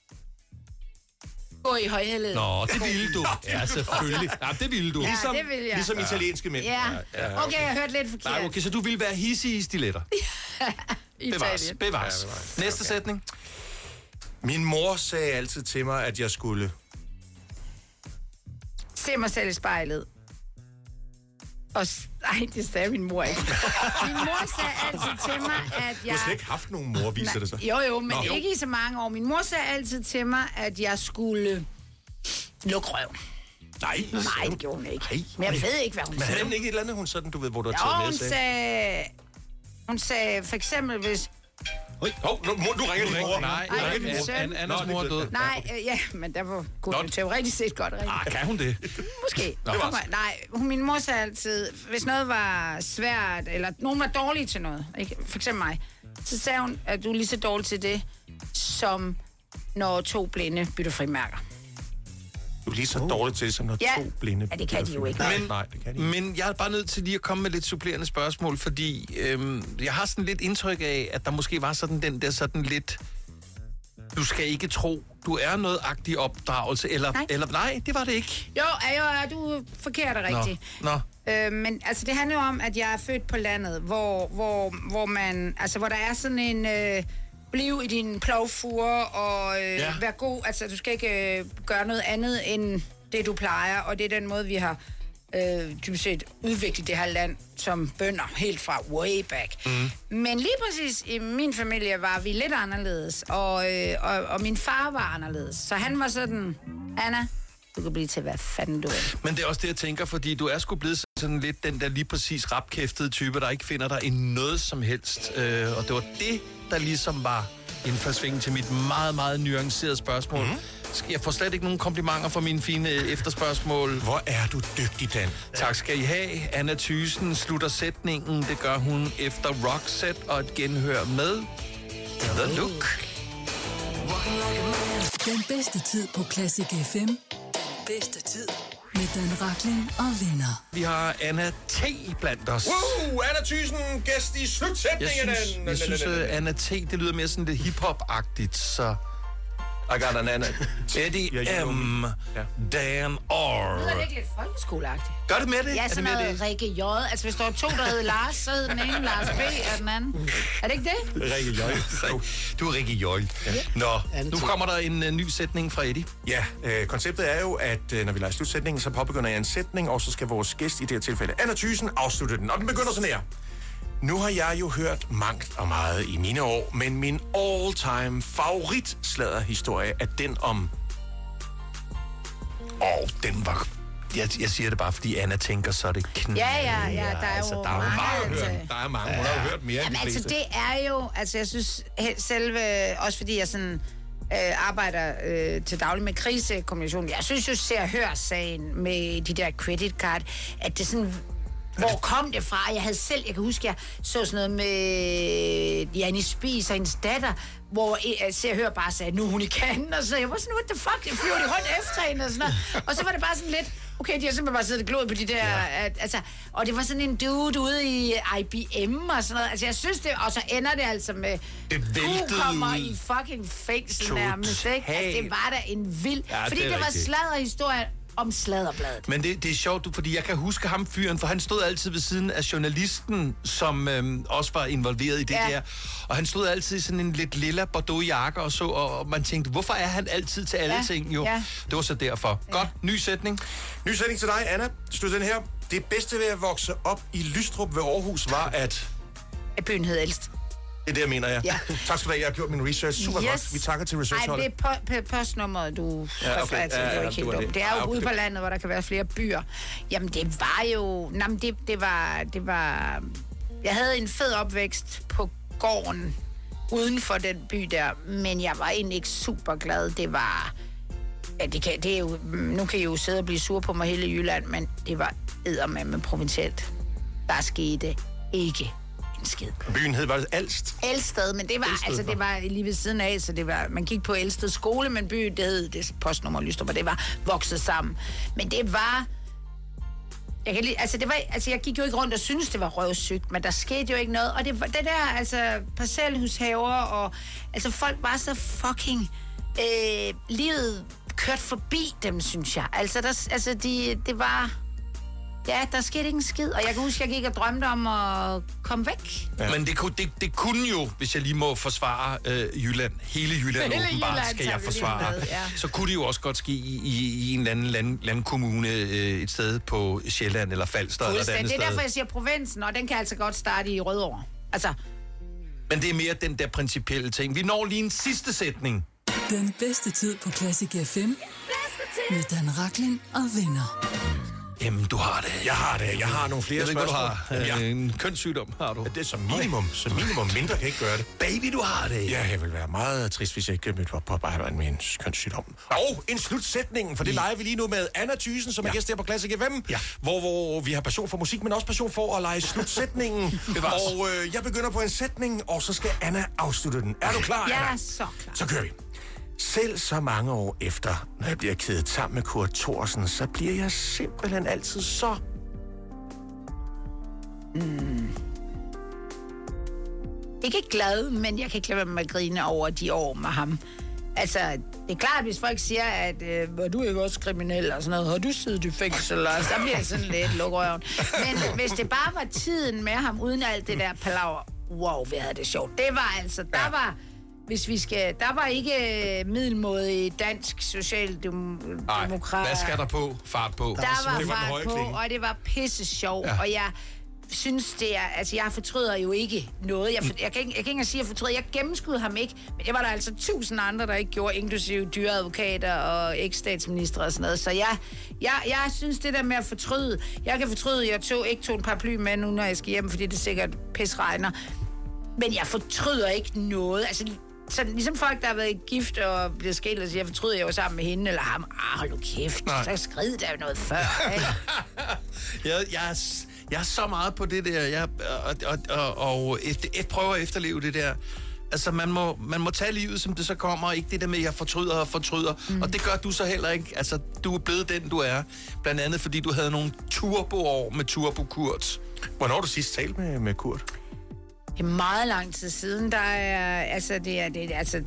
gå i højhældet. Nå, det ville du. Ja, selvfølgelig. Ja, det ville du. Ja, ligesom, det vil jeg. Ligesom italienske mænd. Ja, ja okay, jeg hørte lidt forkert. Nej, okay, så du ville være hissig i stiletter. Bevares, bevares. Ja, Næste okay. sætning. Min mor sagde altid til mig, at jeg skulle... Se mig selv i spejlet. Og... Ej, det sagde min mor ikke. Min mor sagde altid til mig, at jeg... Du har slet ikke haft nogen mor, viser Nej, det sig. Jo, jo, men Nå, ikke jo. i så mange år. Min mor sagde altid til mig, at jeg skulle lukke røv. Nej, Nej, det gjorde hun ikke. Nej. Men jeg ved ikke, hvad hun men sagde. Men havde ikke et eller andet, hun sådan, du ved, hvor du har jo, taget med? hun sagde... Hun sagde for eksempel, hvis... Oj, oh, nu, nu ringer din mor. Nej, nej, nej Anders mor er død. Nej, øh, ja, men der kunne hun teoretisk set godt ringe. Ah, kan hun det? Måske. Nej, min mor sagde altid, hvis noget var svært, eller nogen var dårlige til noget, ikke? For eksempel mig, så sagde hun, at du er lige så dårlig til det, som når to blinde bytter frimærker. Du er lige så dårlig til det, som når ja. to blinde... Ja, det kan de jo ikke. Men, Nej, det kan de ikke. Men jeg er bare nødt til lige at komme med lidt supplerende spørgsmål, fordi øhm, jeg har sådan lidt indtryk af, at der måske var sådan den der sådan lidt... Du skal ikke tro, du er noget agtig opdragelse, eller nej. eller nej, det var det ikke. Jo, jo, jo du er forkert og rigtigt. Nå. Nå. Øh, men altså, det handler jo om, at jeg er født på landet, hvor, hvor, hvor man... Altså, hvor der er sådan en... Øh, bliv i din plovfure og øh, ja. vær god. Altså, du skal ikke øh, gøre noget andet end det, du plejer. Og det er den måde, vi har øh, typisk set udviklet det her land som bønder helt fra way back. Mm. Men lige præcis i min familie var vi lidt anderledes, og, øh, og, og min far var anderledes. Så han var sådan, Anna, du kan blive til, hvad fanden du er. Men det er også det, jeg tænker, fordi du er sgu blevet sådan lidt den der lige præcis rapkæftede type, der ikke finder dig i noget som helst. Øh, og det var det, der ligesom var indfaldsvinkel til mit meget, meget nuancerede spørgsmål. Mm. Jeg får slet ikke nogen komplimenter for mine fine efterspørgsmål. Hvor er du dygtig, Dan. Tak skal I have. Anna Thyssen slutter sætningen. Det gør hun efter Roxette og et genhør med The Look. Den bedste tid på Classic F M. Den bedste tid med Dan Rachlin og venner. Vi har Anna T. blandt os. Wow, Anna Thyssen, gæst i slutsætningen. Jeg synes, jeg synes uh, Anna T. det lyder mere sådan lidt hip-hop-agtigt, så... I got an Anna. Eddie M. Ja. Dan R. Det lyder ikke lidt folkeskoleagtigt. Gør det med det? Ja, sådan noget Rikke J. Altså, hvis der er to, der hedder Lars, så hedder den ene Lars B. og den anden. Er det ikke det? Rikke J. Du er Rikke J. Ja. Nå, nu kommer der en uh, ny sætning fra Eddie. Ja, øh, konceptet er jo, at øh, når vi lader slutsætningen, så påbegynder jeg en sætning, og så skal vores gæst i det her tilfælde, Anna Thyssen, afslutte den. Og den begynder sådan her. Nu har jeg jo hørt mangt og meget i mine år, men min all-time favorit sladderhistorie er den om... Åh, oh, den var... Jeg, jeg siger det bare, fordi Anna tænker, så er det knæ. Ja, ja, ja, der er altså, jo der er mange. meget Altså. Der er mange, hun ja. har jo hørt mere Jamen, end de altså, fleste. det er jo... Altså, jeg synes selve... Også fordi jeg sådan... Øh, arbejder øh, til daglig med krisekommunikation. Jeg synes jo, ser og hør sagen med de der credit card, at det sådan... Hvor kom det fra? Jeg havde selv, jeg kan huske, jeg så sådan noget med Janni Spies og hendes datter, hvor jeg ser og hører bare sagde, nu er hun i kanten, og så jeg var sådan, what the fuck, jeg flyver de rundt efter hende, og sådan noget. Og så var det bare sådan lidt, okay, de har simpelthen bare siddet og glået på de der, ja. at, altså, og det var sådan en dude ude i I B M og sådan noget. Altså, jeg synes det, og så ender det altså med, du kommer i fucking fængsel nærmest, ikke? Altså, det var da en vild, ja, fordi det, det var sladderhistorie om sladderbladet. Men det, det er sjovt, fordi jeg kan huske ham fyren, for han stod altid ved siden af journalisten, som øhm, også var involveret i det ja. der. Og han stod altid i sådan en lidt lilla Bordeaux-jakke og så, og man tænkte, hvorfor er han altid til alle ja. ting? Jo, ja. det var så derfor. Ja. Godt, ny sætning. Ny sætning til dig, Anna. Stod den her. Det bedste ved at vokse op i Lystrup ved Aarhus var, at... At byen hed Elst. Det er det, jeg mener, ja. ja. Tak skal du have. Jeg har gjort min research super yes. godt. Vi takker til researchholdet. Nej, det er po- po- postnummeret, du ja, okay. refererer til. Ja, ja, det er ikke helt dumt. Det er jo okay. ude på landet, hvor der kan være flere byer. Jamen, det var jo... Nå, det, det, var, det var... Jeg havde en fed opvækst på gården uden for den by der, men jeg var egentlig ikke super glad. Det var... Ja, det kan, det er jo, nu kan I jo sidde og blive sur på mig hele Jylland, men det var eddermame provincielt. Der skete ikke en skid. Byen hed var det Alst? Elsted, men det var, Elsted, altså, det var lige ved siden af, så det var, man gik på Elsted skole, men byen, det hed det postnummer Lystrup, og det var vokset sammen. Men det var... Jeg, kan lige, altså det var, altså jeg gik jo ikke rundt og syntes, det var røvsygt, men der skete jo ikke noget. Og det, det der, altså parcelhushaver, og altså folk var så fucking... Øh, livet kørt forbi dem, synes jeg. Altså, der, altså de, det var... Ja, der skete ikke en skid, og jeg kan huske, jeg gik og drømte om at komme væk. Ja. Men det kunne, det, det kunne jo, hvis jeg lige må forsvare øh, Jylland, hele Jylland hele åbenbart Jylland, skal jeg forsvare, med, ja. Så kunne det jo også godt ske i, i, i en eller anden land, landkommune øh, et sted på Sjælland eller Falster eller et andet sted. Det er derfor, jeg siger provinsen, og den kan altså godt starte i Rødovre. Altså... Men det er mere den der principielle ting. Vi når lige en sidste sætning. Den bedste tid på Classic F M med Dan Rachlin og venner. Jamen, du har det. Jeg har det. Jeg har nogle flere jeg spørgsmål. Ved, du har. Ja. En kønssygdom har du. Ja, det er som minimum. Som minimum. Mindre kan ikke gøre det. Baby, du har det. Ja, jeg vil være meget trist, hvis jeg ikke mødte op på arbejde med en kønssygdom. Og en slutsætning, for det leger vi lige nu med Anna Thyssen, som ja. er gæst her på Classic F M, ja. hvor, hvor vi har passion for musik, men også passion for at lege slutsætningen. Og øh, jeg begynder på en sætning, og så skal Anna afslutte den. Er du klar, Anna? Ja, så klar. Så kører vi. Selv så mange år efter, når jeg bliver kædet sammen med Kurt Thorsen, så bliver jeg simpelthen altid så... Mm. Ikke glad, men jeg kan ikke lade være med at grine over de år med ham. Altså, det er klart, hvis folk siger, at øh, var du ikke også kriminel og sådan noget, har du siddet i fængsel, og så bliver jeg sådan lidt lukrøven. Men hvis det bare var tiden med ham, uden alt det der palaver, wow, vi havde det sjovt. Det var altså, der ja. var... Hvis vi skal... Der var ikke middelmådig dansk socialdemokrat. Hvad skal der på? Fart på. Der, der var, var fart på, og det var pisse sjov. Ja. Og jeg synes, det er... Altså, jeg fortryder jo ikke noget. Jeg, for, jeg, kan, ikke, jeg kan ikke sige, at jeg fortryder. Jeg gennemskudde ham ikke. Men det var der altså tusind andre, der ikke gjorde, inklusive dyreadvokater og eks-statsminister og sådan noget. Så jeg, jeg, jeg synes, det der med at fortryde... Jeg kan fortryde, at jeg tog, ikke tog en paraply med nu, når jeg skal hjem, fordi det sikkert pis regner. Men jeg fortryder ikke noget. Altså... Så ligesom folk, der har været gift og bliver skilt, og siger, jeg fortryder, jeg var sammen med hende eller ham. Ah, hold nu kæft, nej. Så skrid der jo noget før, ikke? jeg, jeg, er, jeg er så meget på det der, jeg, og, og, og, og et, et prøver at efterleve det der. Altså, man må, man må tage livet, som det så kommer, ikke det der med, at jeg fortryder og fortryder. Mm. Og det gør du så heller ikke. Altså, du er blevet den, du er. Blandt andet, fordi du havde nogle turboår med Turbo Kurt. Hvornår har du sidst talt med, med Kurt? Det er meget lang tid siden, der er, altså, det er, det er, altså,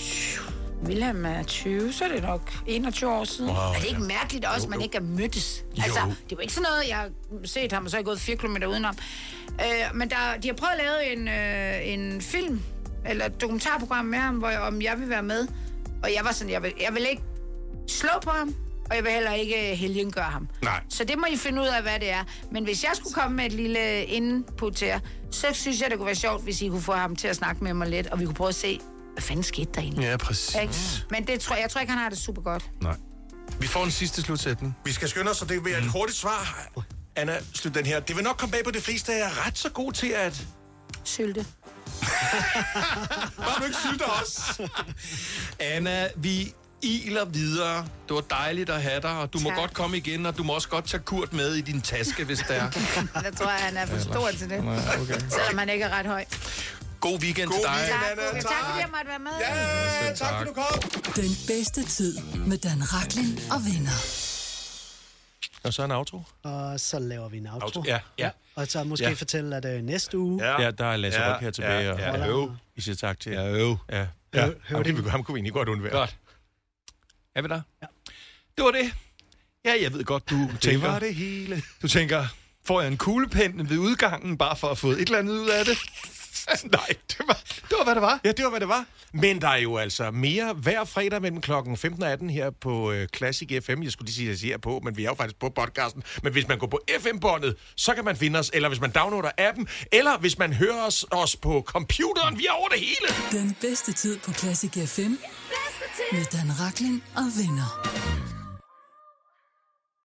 Wilhelm er tyve, så er det nok enogtyve år siden. Wow, er det ikke mærkeligt også, at man ikke er mødtes? Jo. Altså, det var ikke sådan noget, jeg har set ham, og så er jeg gået fire kilometer udenom. Øh, men der, de har prøvet at lave en, øh, en film, eller et dokumentarprogram med ham, hvor jeg, om jeg vil være med. Og jeg var sådan, jeg vil, jeg vil ikke slå på ham, og jeg vil heller ikke helgengøre ham. Nej. Så det må I finde ud af, hvad det er. Men hvis jeg skulle komme med et lille input her, så synes jeg, det kunne være sjovt, hvis I kunne få ham til at snakke med mig lidt, og vi kunne prøve at se, hvad fanden skete der egentlig? Ja, præcis. Ikke? Men det tror, jeg tror ikke, han har det super godt. Nej. Vi får en sidste slutsætning. Vi skal skynde os, så det vil være et hurtigt svar. Anna, slut den her. Det vil nok komme bag på det fleste, jeg er ret så god til at... Sylte. Bare du ikke sylte os. Anna, vi... iler videre. Det var dejligt at have dig, og du tak. må godt komme igen, og du må også godt tage Kurt med i din taske, hvis det er. Jeg tror, han er for stor til det. Nej, okay. Selvom han ikke er ret høj. God weekend God til dig. Weekend, Anna. Tak, tak fordi jeg måtte være med. Ja, ja tak fordi du kom. Den bedste tid med Dan Rachlin og venner. Og så en outro. Og så laver vi en outro. outro. Ja, ja. Og så måske ja. fortælle, at uh, næste uge... Ja, ja der er Lasse ja, Ryk her tilbage. Ja, ja, ja. Og I siger tak til. Ja, øv. Ja, ja. Hø, ham, kan vi, ham kunne vi egentlig godt undvære. Godt. Er vi der? Ja. Det var det. Ja, jeg ved godt, du det tænker... var det hele. Du tænker, får jeg en kuglepen ved udgangen, bare for at få et eller andet ud af det? Nej, det var, det var, hvad det var. Ja, det var, hvad det var. Men der er jo altså mere hver fredag mellem klokken femten og atten her på uh, Classic F M. Jeg skulle lige sige, at jeg siger på, men vi er jo faktisk på podcasten. Men hvis man går på F M-båndet, så kan man finde os. Eller hvis man downloader appen. Eller hvis man hører os, os på computeren. Vi er over det hele. Den bedste tid på Classic F M med Dan Rachlin og venner.